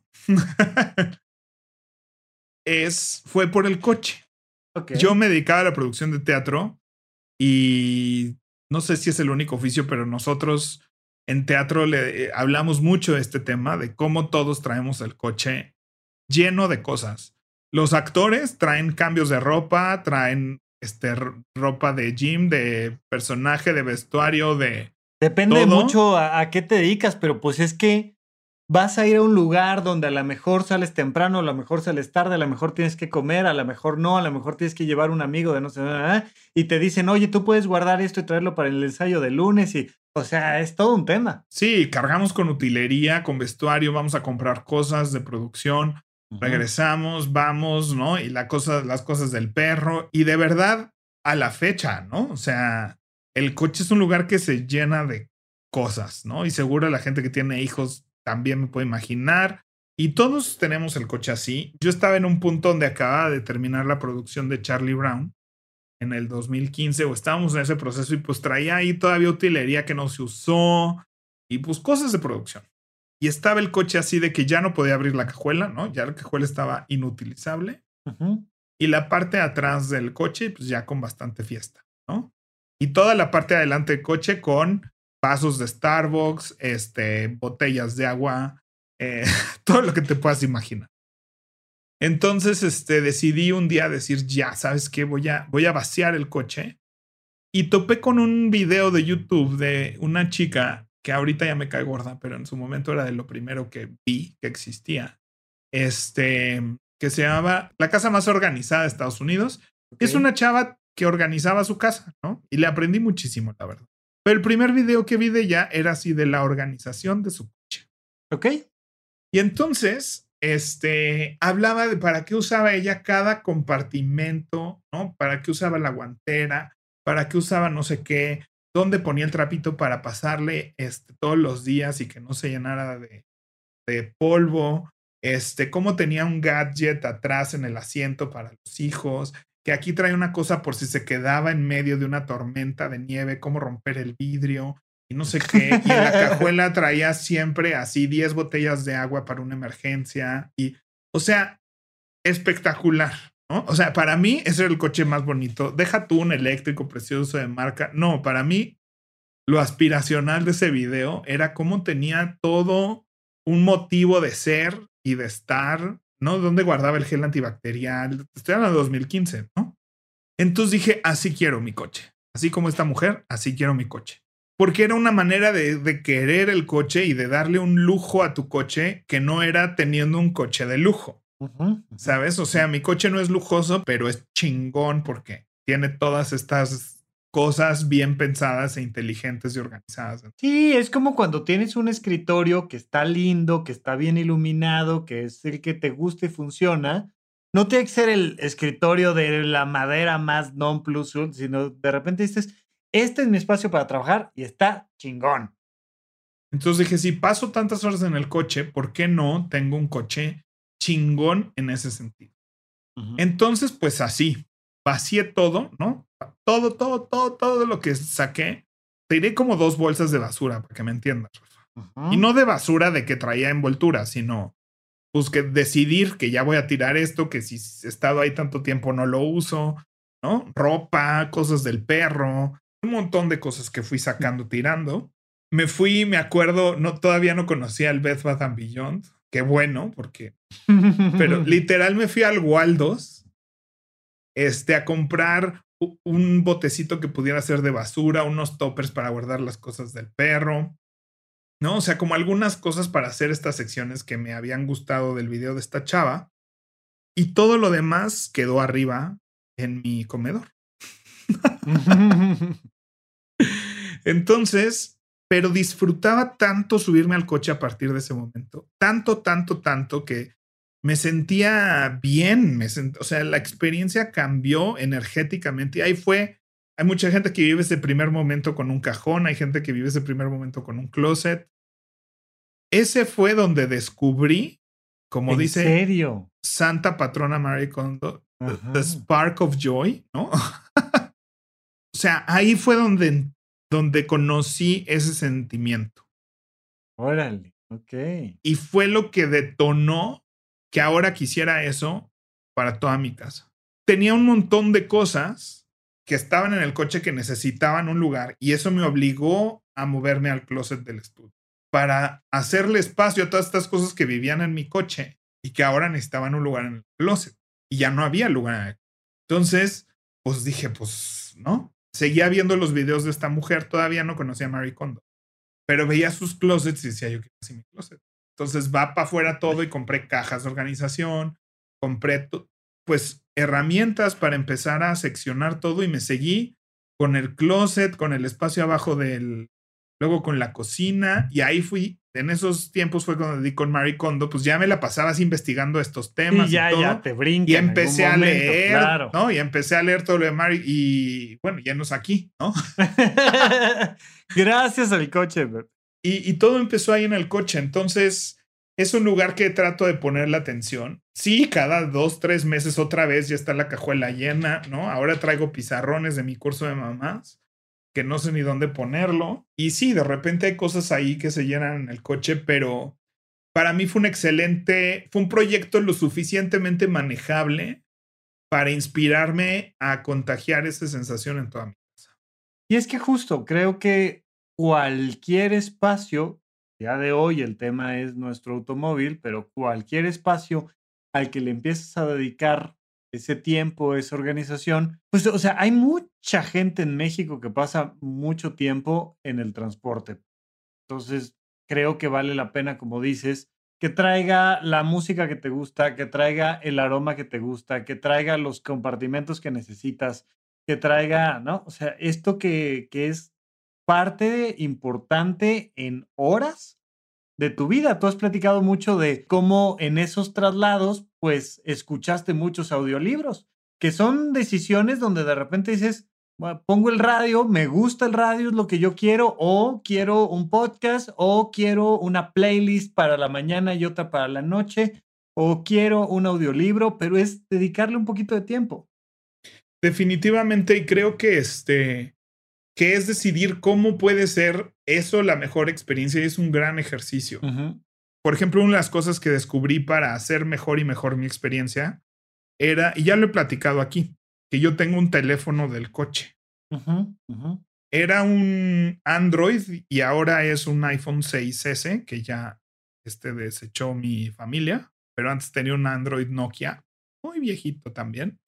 C: fue por el coche.
B: Ok.
C: Yo me dedicaba a la producción de teatro y no sé si es el único oficio, pero nosotros en teatro le hablamos mucho de este tema, de cómo todos traemos el coche lleno de cosas. Los actores traen cambios de ropa, traen ropa de gym, de personaje, de vestuario, de
B: Depende
C: todo.
B: mucho a qué te dedicas, pero pues es que vas a ir a un lugar donde a lo mejor sales temprano, a lo mejor sales tarde, a lo mejor tienes que comer, a lo mejor no, a lo mejor tienes que llevar un amigo de no sé, y te dicen, oye, tú puedes guardar esto y traerlo para el ensayo de lunes y, o sea, es todo un tema.
C: Sí, cargamos con utilería, con vestuario, vamos a comprar cosas de producción,
B: Ujú.
C: regresamos, vamos, ¿no? Y las cosas del perro. Y de verdad, a la fecha, ¿no? O sea, el coche es un lugar que se llena de cosas, ¿no? Y seguro la gente que tiene hijos también me puedo imaginar. Y todos tenemos el coche así. Yo estaba en un punto donde acababa de terminar la producción de Charlie Brown en el 2015, o estábamos en ese proceso y pues traía ahí todavía utilería que no se usó y pues cosas de producción. Y estaba el coche así de que ya no podía abrir la cajuela, ¿no? Ya la cajuela estaba inutilizable. Y la parte de atrás del coche, pues ya con bastante fiesta, ¿no? Y toda la parte de adelante del coche con vasos de Starbucks, botellas de agua, todo lo que te puedas imaginar. Entonces, decidí un día decir, ya, ¿sabes qué? Voy a vaciar el coche. Y topé con un video de YouTube de una chica que ahorita ya me cae gorda, pero en su momento era de lo primero que vi que existía. Que se llamaba La Casa Más Organizada de Estados Unidos. Okay. Es una chava que organizaba su casa, ¿no? Y le aprendí muchísimo, la verdad. Pero el primer video que vi de ella era así de la organización de su coche.
B: Ok.
C: Y entonces, hablaba de para qué usaba ella cada compartimento, ¿no? Para qué usaba la guantera, para qué usaba no sé qué, dónde ponía el trapito para pasarle todos los días y que no se llenara de polvo, cómo tenía un gadget atrás en el asiento para los hijos, que aquí trae una cosa por si se quedaba en medio de una tormenta de nieve, cómo romper el vidrio y no sé qué. Y en la cajuela traía siempre así 10 botellas de agua para una emergencia. Y, o sea, espectacular, ¿no? O sea, para mí ese era el coche más bonito. Deja tú un eléctrico precioso de marca. No, para mí lo aspiracional de ese video era cómo tenía todo un motivo de ser y de estar, ¿no? Donde guardaba el gel antibacterial. Estoy hablando de 2015, ¿no? Entonces dije, así quiero mi coche. Así como esta mujer, así quiero mi coche. Porque era una manera de querer el coche y de darle un lujo a tu coche que no era teniendo un coche de lujo. ¿Sabes? O sea, mi coche no es lujoso, pero es chingón porque tiene todas estas cosas bien pensadas e inteligentes y organizadas.
B: Sí, es como cuando tienes un escritorio que está lindo, que está bien iluminado, que es el que te gusta y funciona. No tiene que ser el escritorio de la madera más non plus ultra, sino de repente dices, este es mi espacio para trabajar y está chingón.
C: Entonces dije, si paso tantas horas en el coche, ¿por qué no tengo un coche chingón en ese sentido? Entonces, pues así, vacié todo, ¿no? Todo lo que saqué. Tiré como 2 bolsas de basura, para que me entiendas. Y no de basura de que traía envoltura, sino pues que decidir que ya voy a tirar esto, que si he estado ahí tanto tiempo no lo uso, ¿no? Ropa, cosas del perro, un montón de cosas que fui sacando, tirando. Me fui, me acuerdo, todavía no conocía el Bed Bath & Beyond. Qué bueno, porque... Pero literal me fui al Waldos a comprar un botecito que pudiera ser de basura, unos toppers para guardar las cosas del perro, ¿no? O sea, como algunas cosas para hacer estas secciones que me habían gustado del video de esta chava. Y todo lo demás quedó arriba en mi comedor. Entonces, pero disfrutaba tanto subirme al coche a partir de ese momento. Tanto que me sentía bien. O sea, la experiencia cambió energéticamente. Y ahí fue. Hay mucha gente que vive ese primer momento con un cajón. Hay gente que vive ese primer momento con un closet. Ese fue donde descubrí, como
B: ¿En
C: dice
B: serio?
C: Santa Patrona Marie Kondo, the spark of joy, ¿no? O sea, ahí fue donde conocí ese sentimiento.
B: Órale, ok.
C: Y fue lo que detonó que ahora quisiera eso para toda mi casa. Tenía un montón de cosas que estaban en el coche que necesitaban un lugar y eso me obligó a moverme al closet del estudio para hacerle espacio a todas estas cosas que vivían en mi coche y que ahora necesitaban un lugar en el closet y ya no había lugar. Entonces, pues dije, pues, ¿no? Seguía viendo los videos de esta mujer, todavía no conocía a Marie Kondo, pero veía sus closets y decía, yo quiero así mi closet. Entonces va para afuera todo y compré cajas de organización, compré pues herramientas para empezar a seccionar todo y me seguí con el closet, con el espacio abajo luego con la cocina y ahí fui. En esos tiempos fue cuando di con Marie Kondo, pues ya me la pasabas investigando estos temas
B: y todo. Ya te brinca.
C: Y empecé a leer, claro. ¿No? Y empecé a leer todo lo de Marie y bueno, ya nos aquí, ¿no?
B: Gracias al coche.
C: Y todo empezó ahí en el coche. Entonces, es un lugar que trato de ponerle atención. Sí, cada 2, 3 meses otra vez ya está la cajuela llena, ¿no? Ahora traigo pizarrones de mi curso de mamás que no sé ni dónde ponerlo. Y sí, de repente hay cosas ahí que se llenan en el coche, pero para mí fue un proyecto lo suficientemente manejable para inspirarme a contagiar esa sensación en toda mi casa.
B: Y es que justo creo que cualquier espacio, ya de hoy el tema es nuestro automóvil, pero cualquier espacio al que le empieces a dedicar ese tiempo, esa organización, pues, o sea, hay mucha gente en México que pasa mucho tiempo en el transporte. Entonces, creo que vale la pena, como dices, que traiga la música que te gusta, que traiga el aroma que te gusta, que traiga los compartimentos que necesitas, que traiga, ¿no? O sea, esto que es parte importante en horas de tu vida. Tú has platicado mucho de cómo en esos traslados, pues escuchaste muchos audiolibros, que son decisiones donde de repente dices, "Bueno, pongo el radio, me gusta el radio, es lo que yo quiero, o quiero un podcast, o quiero una playlist para la mañana y otra para la noche, o quiero un audiolibro", pero es dedicarle un poquito de tiempo.
C: Definitivamente, y creo que que es decidir cómo puede ser eso la mejor experiencia y es un gran ejercicio.
B: Ujú,
C: Por ejemplo, una de las cosas que descubrí para hacer mejor y mejor mi experiencia era, y ya lo he platicado aquí, que yo tengo un teléfono del coche.
B: ujú, ujú.
C: Era un Android y ahora es un iPhone 6S que ya desechó mi familia, pero antes tenía un Android Nokia, muy viejito también.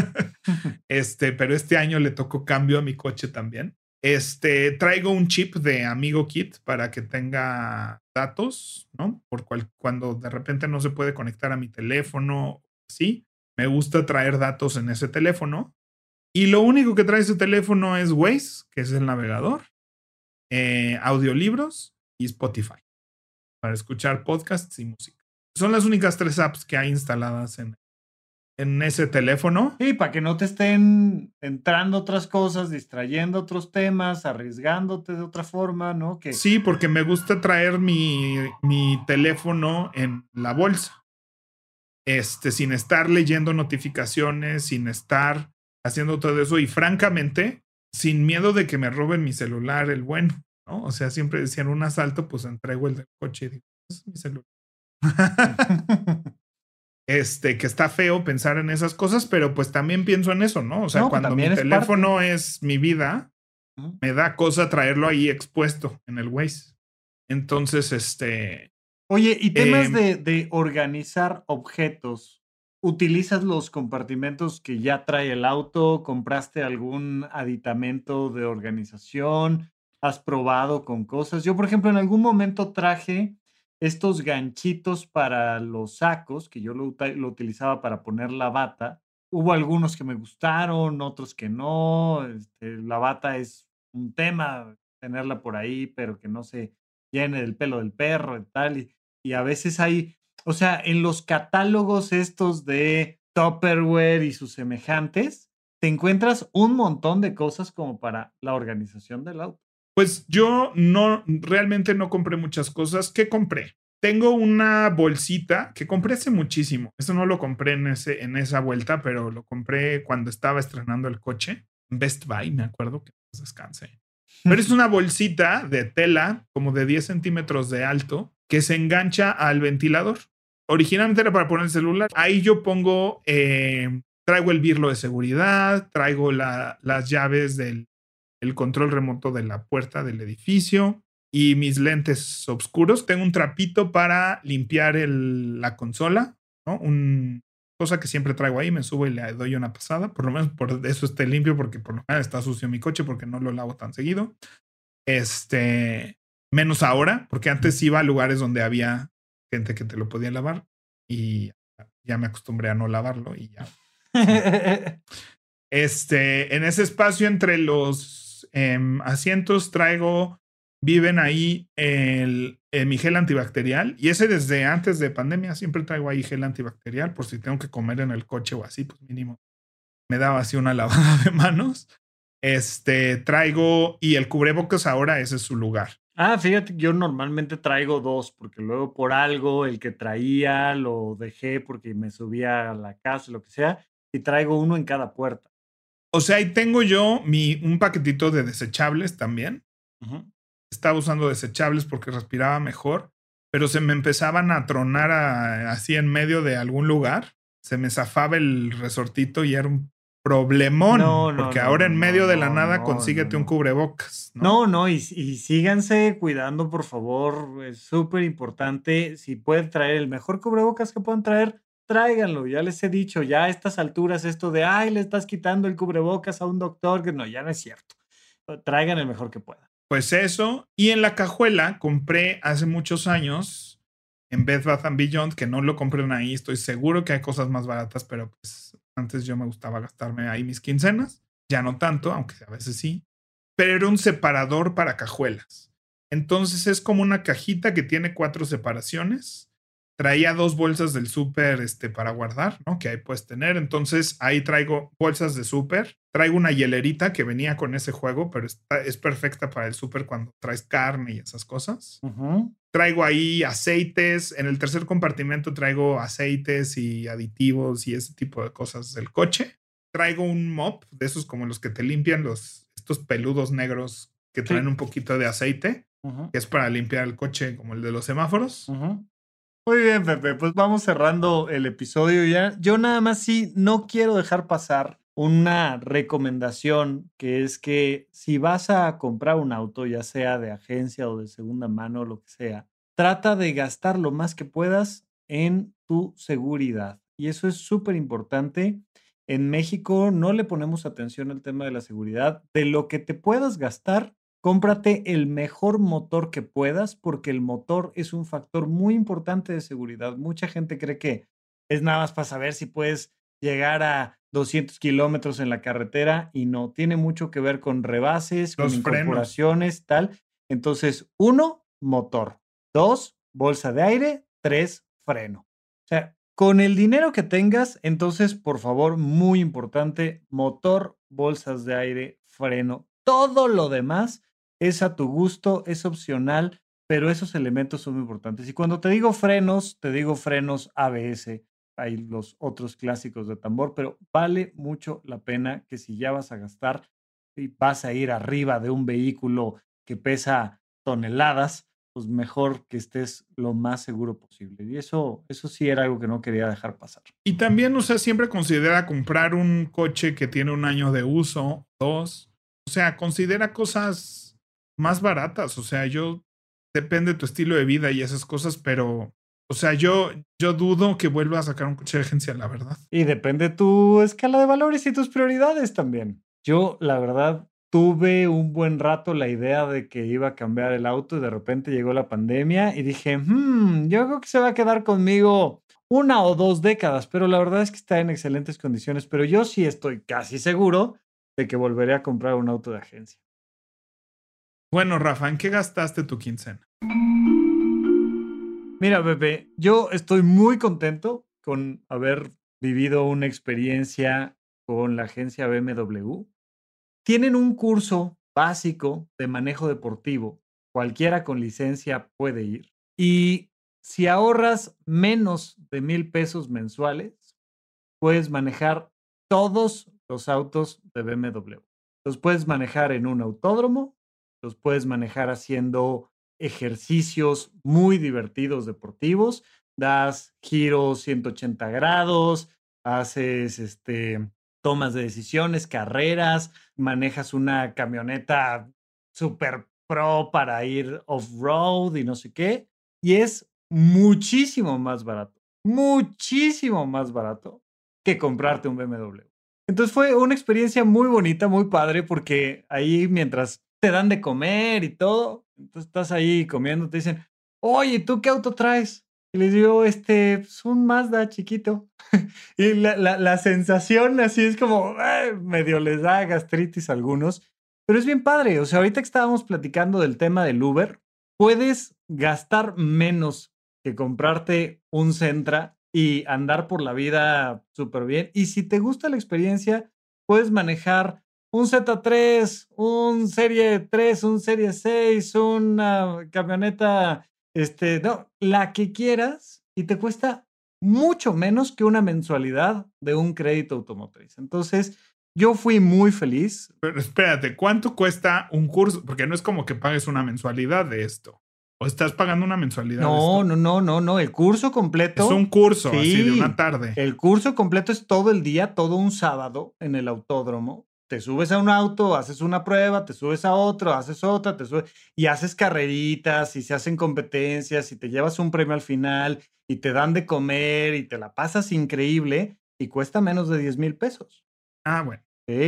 C: Pero este año le tocó cambio a mi coche también. Traigo un chip de Amigo Kit para que tenga datos, ¿no? Cuando de repente no se puede conectar a mi teléfono, sí, me gusta traer datos en ese teléfono. Y lo único que trae ese teléfono es Waze, que es el navegador, audiolibros y Spotify para escuchar podcasts y música. Son las únicas 3 apps que hay instaladas en ese teléfono.
B: Sí, para que no te estén entrando otras cosas, distrayendo otros temas, arriesgándote de otra forma, ¿no? Que
C: Sí, porque me gusta traer mi teléfono en la bolsa. Sin estar leyendo notificaciones, sin estar haciendo todo eso y francamente, sin miedo de que me roben mi celular, el bueno, ¿no? O sea, siempre decían un asalto, pues entrego el del coche y digo, "Ese es mi celular". Que está feo pensar en esas cosas, pero pues también pienso en eso, ¿no? O sea,
B: no, que
C: cuando mi
B: también es parte.
C: teléfono es mi vida,
B: Ujú.
C: me da cosa traerlo ahí expuesto en el Waze. Entonces,
B: Oye, y temas
C: em,
B: de organizar objetos, ¿utilizas los compartimentos que ya trae el auto? ¿Compraste algún aditamento de organización? ¿Has probado con cosas? Yo, por ejemplo, en algún momento traje estos ganchitos para los sacos, que yo lo utilizaba para poner la bata. Hubo algunos que me gustaron, otros que no. La bata es un tema, tenerla por ahí, pero que no se llene del pelo del perro y tal. Y a veces hay, o sea, en los catálogos estos de Tupperware y sus semejantes, te encuentras un montón de cosas como para la organización del auto.
C: pues yo realmente no compré muchas cosas. ¿Qué compré? Tengo una bolsita que compré hace muchísimo. Eso no lo compré en esa vuelta, pero lo compré cuando estaba estrenando el coche. Best Buy, me acuerdo que descanse. Pero es una bolsita de tela como de 10 centímetros de alto que se engancha al ventilador. Originalmente era para poner el celular. Ahí yo pongo, traigo el birlo de seguridad, traigo las llaves del control remoto de la puerta del edificio y mis lentes oscuros. Tengo un trapito para limpiar la consola, ¿no? Cosa que siempre traigo ahí, me subo y le doy una pasada, por lo menos por eso esté limpio, porque por lo menos está sucio mi coche porque no lo lavo tan seguido. Menos ahora, porque antes iba a lugares donde había gente que te lo podía lavar y ya me acostumbré a no lavarlo y ya. En ese espacio entre los asientos viven ahí mi gel antibacterial y ese desde antes de pandemia siempre traigo ahí gel antibacterial por si tengo que comer en el coche o así, pues mínimo me daba así una lavada de manos. Traigo y el cubrebocas ahora ese es su lugar.
B: Fíjate, yo normalmente traigo 2, porque luego por algo el que traía lo dejé porque me subía a la casa, lo que sea, y traigo uno en cada puerta.
C: O sea, ahí tengo yo un paquetito de desechables también.
B: Ujú.
C: Estaba usando desechables porque respiraba mejor, pero se me empezaban a tronar así en medio de algún lugar. Se me zafaba el resortito y era un problemón,
B: No, no,
C: porque
B: no,
C: ahora
B: no,
C: en
B: no,
C: medio de la
B: no,
C: nada
B: no, no,
C: consíguete un
B: no.
C: cubrebocas, ¿no?
B: No, no, y síganse cuidando, por favor. Es súper importante. Si pueden traer el mejor cubrebocas que puedan traer, tráiganlo. Ya les he dicho, ya a estas alturas, esto de, ay, le estás quitando el cubrebocas a un doctor, que no, ya no es cierto. Traigan el mejor que puedan.
C: Pues eso. Y en la cajuela compré hace muchos años en Bed Bath & Beyond, que no lo compren ahí. Estoy seguro que hay cosas más baratas, pero pues antes yo me gustaba gastarme ahí mis quincenas. Ya no tanto, aunque a veces sí. Pero era un separador para cajuelas. Entonces es como una cajita que tiene 4 separaciones. Traía 2 bolsas del súper para guardar, ¿no? Que ahí puedes tener. Entonces ahí traigo bolsas de súper. Traigo una hielerita que venía con ese juego, pero es perfecta para el súper cuando traes carne y esas cosas.
B: Ujú.
C: Traigo ahí aceites. En el tercer compartimento traigo aceites y aditivos y ese tipo de cosas del coche. Traigo un mop de esos como los que te limpian estos peludos negros que traen
B: Sí.
C: un poquito de aceite,
B: Ujú,
C: que es para limpiar el coche como el de los semáforos.
B: ujú. Muy bien, Pepe, pues vamos cerrando el episodio ya. Yo nada más sí no quiero dejar pasar una recomendación, que es que si vas a comprar un auto, ya sea de agencia o de segunda mano, lo que sea, trata de gastar lo más que puedas en tu seguridad. Y eso es súper importante. En México no le ponemos atención al tema de la seguridad. De lo que te puedas gastar, cómprate el mejor motor que puedas, porque el motor es un factor muy importante de seguridad. Mucha gente cree que es nada más para saber si puedes llegar a 200 kilómetros en la carretera y no, tiene mucho que ver con rebases, con
C: Los frenos.
B: incorporaciones, tal. Entonces, 1, motor. 2, bolsa de aire. 3, freno. O sea, con el dinero que tengas, entonces, por favor, muy importante, motor, bolsas de aire, freno. Todo lo demás es a tu gusto, es opcional, pero esos elementos son muy importantes. Y cuando te digo frenos ABS, hay los otros clásicos de tambor, pero vale mucho la pena que si ya vas a gastar y vas a ir arriba de un vehículo que pesa toneladas, pues mejor que estés lo más seguro posible. Y eso sí era algo que no quería dejar pasar.
C: Y también, o sea, siempre considera comprar un coche que tiene 1 año de uso, 2. O sea, considera cosas más baratas. O sea, depende de tu estilo de vida y esas cosas, pero, o sea, yo dudo que vuelva a sacar un coche de agencia, la verdad.
B: Y depende tu escala de valores y tus prioridades también. Yo, la verdad, tuve un buen rato la idea de que iba a cambiar el auto y de repente llegó la pandemia y dije, yo creo que se va a quedar conmigo 1 o 2 décadas, pero la verdad es que está en excelentes condiciones, pero yo sí estoy casi seguro de que volveré a comprar un auto de agencia.
C: Bueno, Rafa, ¿en qué gastaste tu quincena?
B: Mira, Pepe, yo estoy muy contento con haber vivido una experiencia con la agencia BMW. Tienen un curso básico de manejo deportivo. Cualquiera con licencia puede ir. Y si ahorras menos de 1,000 pesos mensuales, puedes manejar todos los autos de BMW. Los puedes manejar en un autódromo, los puedes manejar haciendo ejercicios muy divertidos deportivos, das giros 180 grados, haces tomas de decisiones, carreras, manejas una camioneta super pro para ir off-road y no sé qué, y es muchísimo más barato que comprarte un BMW. Entonces fue una experiencia muy bonita, muy padre, porque ahí mientras te dan de comer y todo, entonces estás ahí comiendo, te dicen, oye, ¿tú qué auto traes? Y les digo, pues un Mazda chiquito. Y la sensación así es como, medio les da gastritis a algunos, pero es bien padre. O sea, ahorita que estábamos platicando del tema del Uber, puedes gastar menos que comprarte un Sentra y andar por la vida súper bien. Y si te gusta la experiencia, puedes manejar un Z3, un Serie 3, un Serie 6, una camioneta, no, la que quieras y te cuesta mucho menos que una mensualidad de un crédito automotriz. Entonces, yo fui muy feliz.
C: Pero espérate, ¿cuánto cuesta un curso? Porque no es como que pagues una mensualidad de esto. ¿O estás pagando una mensualidad de esto?
B: No. El curso completo.
C: Es un curso,
B: sí,
C: así, de una tarde.
B: El curso completo es todo el día, todo un sábado en el autódromo. Te subes a un auto, haces una prueba, te subes a otro, haces otra, te subes y haces carreritas y se hacen competencias y te llevas un premio al final y te dan de comer y te la pasas increíble y cuesta menos de 10,000 pesos.
C: Ah, bueno.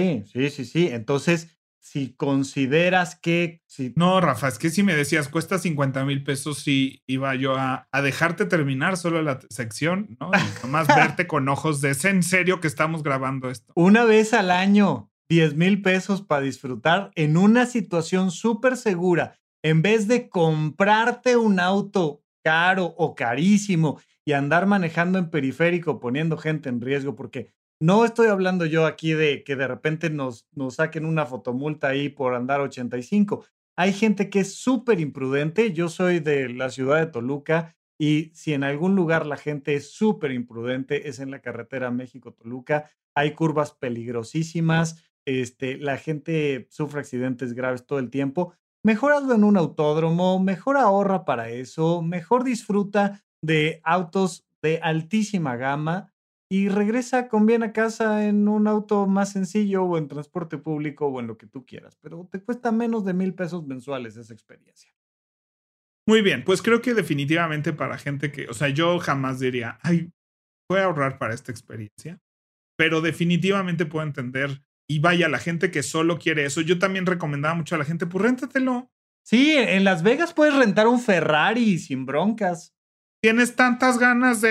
B: Sí. Entonces, si consideras que...
C: No, Rafa, es que si me decías cuesta 50,000 pesos, sí iba yo a dejarte terminar solo la sección, ¿no? Y nomás verte con ojos de, ¿es en serio que estamos grabando esto?
B: Una vez al año, 10,000 pesos para disfrutar en una situación súper segura. En vez de comprarte un auto caro o carísimo y andar manejando en periférico poniendo gente en riesgo, porque no estoy hablando yo aquí de que de repente nos saquen una fotomulta ahí por andar 85. Hay gente que es súper imprudente. Yo soy de la ciudad de Toluca y si en algún lugar la gente es súper imprudente es en la carretera México-Toluca. Hay curvas peligrosísimas. La gente sufre accidentes graves todo el tiempo. Mejor hazlo en un autódromo, mejor ahorra para eso, mejor disfruta de autos de altísima gama y regresa con bien a casa en un auto más sencillo o en transporte público o en lo que tú quieras, pero te cuesta menos de 1,000 pesos mensuales esa experiencia.
C: Muy bien, pues creo que definitivamente para gente que, o sea, yo jamás diría, ay, voy a ahorrar para esta experiencia, pero definitivamente puedo entender, y vaya, la gente que solo quiere eso, yo también recomendaba mucho a la gente, pues réntatelo.
B: Sí, en Las Vegas puedes rentar un Ferrari sin broncas.
C: Tienes tantas ganas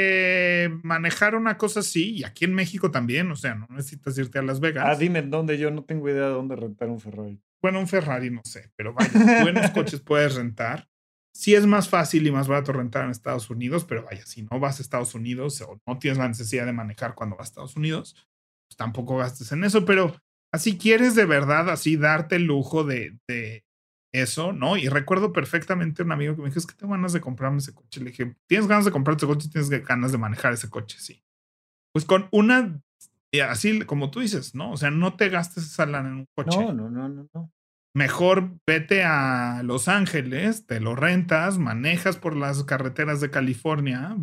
C: de manejar una cosa así, y aquí en México también, o sea, no necesitas irte a Las Vegas.
B: Dime en dónde, yo no tengo idea de dónde rentar un Ferrari.
C: Bueno, un Ferrari no sé, pero vaya, buenos coches puedes rentar. Sí es más fácil y más barato rentar en Estados Unidos, pero vaya, si no vas a Estados Unidos o no tienes la necesidad de manejar cuando vas a Estados Unidos, pues tampoco gastes en eso, pero así quieres de verdad así darte el lujo de eso, ¿no? Y recuerdo perfectamente un amigo que me dijo, es que tengo ganas de comprarme ese coche. Le dije, ¿tienes ganas de comprar ese coche? ¿Tienes ganas de manejar ese coche? Sí. Pues con una, así como tú dices, ¿no? O sea, no te gastes esa lana en un coche.
B: No.
C: Mejor vete a Los Ángeles, te lo rentas, manejas por las carreteras de California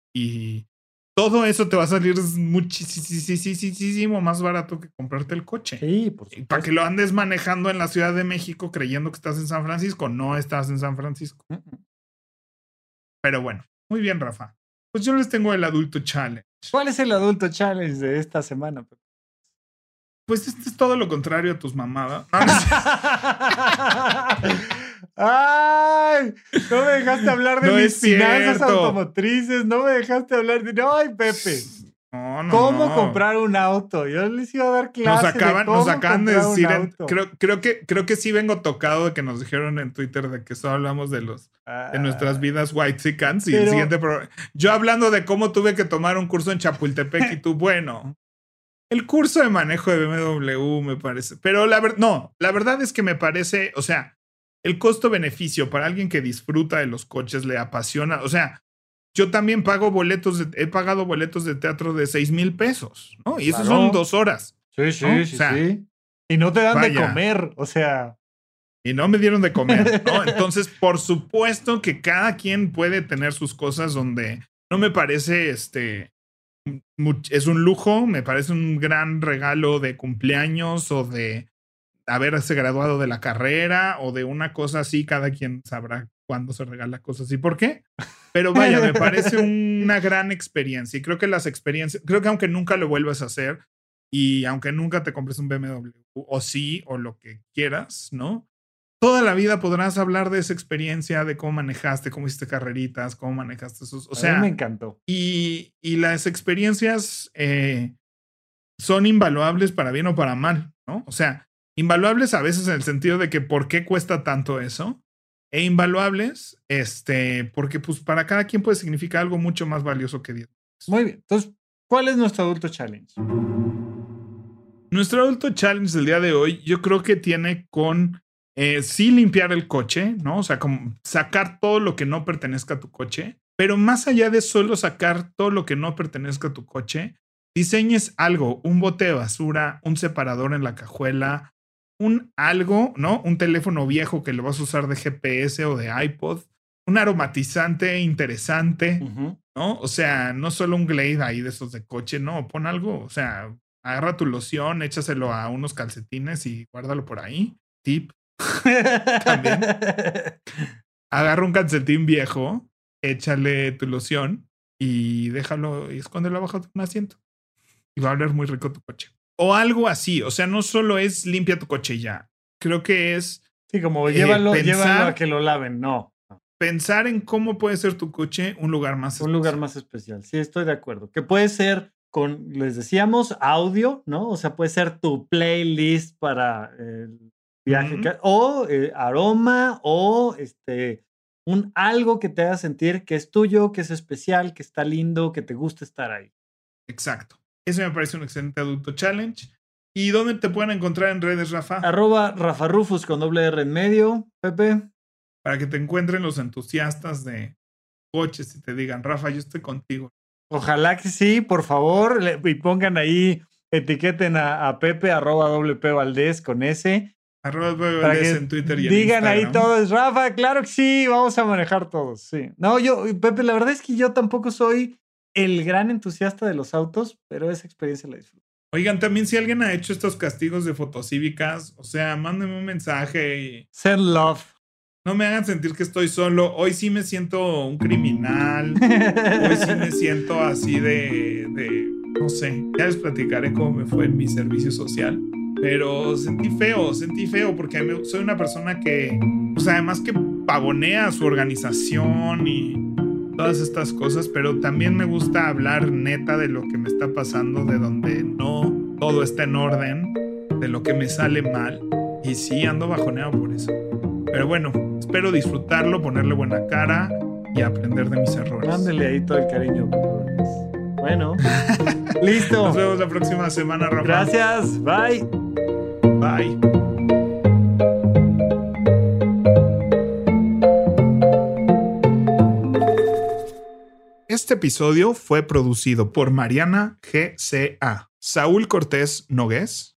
C: y todo eso te va a salir muchísimo más barato que comprarte el coche.
B: Sí, por supuesto.
C: Y para que lo andes manejando en la Ciudad de México creyendo que estás en San Francisco, no estás en San Francisco. Pero bueno, muy bien, Rafa. Pues yo les tengo el adulto challenge.
B: ¿Cuál es el adulto challenge de esta semana?
C: Pues este es todo lo contrario a tus mamadas.
B: ¡Ay! No me dejaste hablar de mis finanzas automotrices. No me dejaste hablar de... ¡Ay, Pepe! ¿Cómo comprar un auto? Yo les iba a dar clases
C: nos acaban de decir, creo que sí vengo tocado de que nos dijeron en Twitter de que solo hablamos de nuestras vidas whitexicans y el siguiente programa. Yo hablando de cómo tuve que tomar un curso en Chapultepec y tú, bueno, el curso de manejo de BMW me parece, pero la verdad es que me parece, o sea, el costo-beneficio para alguien que disfruta de los coches, le apasiona, o sea, yo también he pagado boletos de teatro de 6,000 pesos, ¿no? Y esos son 2 horas.
B: Sí. Y no te dan de comer, o sea.
C: Y no me dieron de comer, ¿no? Entonces, por supuesto que cada quien puede tener sus cosas donde no me parece, es un lujo, me parece un gran regalo de cumpleaños o de haberse graduado de la carrera o de una cosa así, cada quien sabrá cuándo se regala cosas y por qué. Pero vaya, me parece una gran experiencia y creo que creo que aunque nunca lo vuelvas a hacer y aunque nunca te compres un BMW o sí, o lo que quieras, ¿no? Toda la vida podrás hablar de esa experiencia, de cómo manejaste, cómo hiciste carreritas, cómo manejaste esos. O sea,
B: a mí me encantó.
C: Y las experiencias son invaluables para bien o para mal, ¿no? O sea, invaluables a veces en el sentido de que ¿por qué cuesta tanto eso? E invaluables, porque pues para cada quien puede significar algo mucho más valioso que 10.
B: Muy bien. Entonces, ¿cuál es nuestro adulto challenge?
C: Nuestro adulto challenge del día de hoy, yo creo que tiene con sí limpiar el coche, ¿no? O sea, como sacar todo lo que no pertenezca a tu coche, pero más allá de solo sacar todo lo que no pertenezca a tu coche, diseñes algo, un bote de basura, un separador en la cajuela, un algo, ¿no? Un teléfono viejo que lo vas a usar de GPS o de iPod, un aromatizante interesante, ¿no? O sea, no solo un Glade ahí de esos de coche, no, pon algo, o sea, agarra tu loción, échaselo a unos calcetines y guárdalo por ahí. Tip. También. Agarra un calcetín viejo, échale tu loción y déjalo y escóndelo abajo de un asiento. Y va a oler muy rico tu coche. O algo así. O sea, no solo es limpia tu coche ya. Creo que es.
B: Sí, como llévalo a que lo laven. No.
C: Pensar en cómo puede ser tu coche un lugar más
B: especial. Un lugar más especial. Sí, estoy de acuerdo. Que puede ser con, les decíamos, audio, ¿no? O sea, puede ser tu playlist para el viaje. O aroma o un algo que te haga sentir que es tuyo, que es especial, que está lindo, que te gusta estar ahí.
C: Exacto. Eso me parece un excelente adulto challenge. ¿Y dónde te pueden encontrar en redes, Rafa?
B: @RafaRufus con doble R en medio, Pepe.
C: Para que te encuentren los entusiastas de coches y te digan, Rafa, yo estoy contigo.
B: Ojalá que sí, por favor. Y pongan ahí, etiqueten a Pepe, @WPValdez con S.
C: @Valdez en Twitter y en
B: digan
C: Instagram.
B: Ahí todos, Rafa, claro que sí, vamos a manejar todos. Sí. No, Pepe, la verdad es que yo tampoco soy el gran entusiasta de los autos, pero esa experiencia la disfruto.
C: Oigan, también si alguien ha hecho estos castigos de fotocívicas, o sea, mándenme un mensaje y...
B: Send love.
C: No me hagan sentir que estoy solo. Hoy sí me siento un criminal. Hoy sí me siento así de... No sé, ya les platicaré cómo me fue en mi servicio social. Pero sentí feo porque soy una persona que, o sea, además que pavonea su organización y todas estas cosas, pero también me gusta hablar neta de lo que me está pasando, de donde no todo está en orden, de lo que me sale mal. Y sí, ando bajoneado por eso. Pero bueno, espero disfrutarlo, ponerle buena cara y aprender de mis errores.
B: Mándele ahí todo el cariño. Bueno, listo.
C: Nos vemos la próxima semana, Rafa.
B: Gracias, bye.
C: Bye. Este episodio fue producido por Mariana G.C.A., Saúl Cortés Nogués,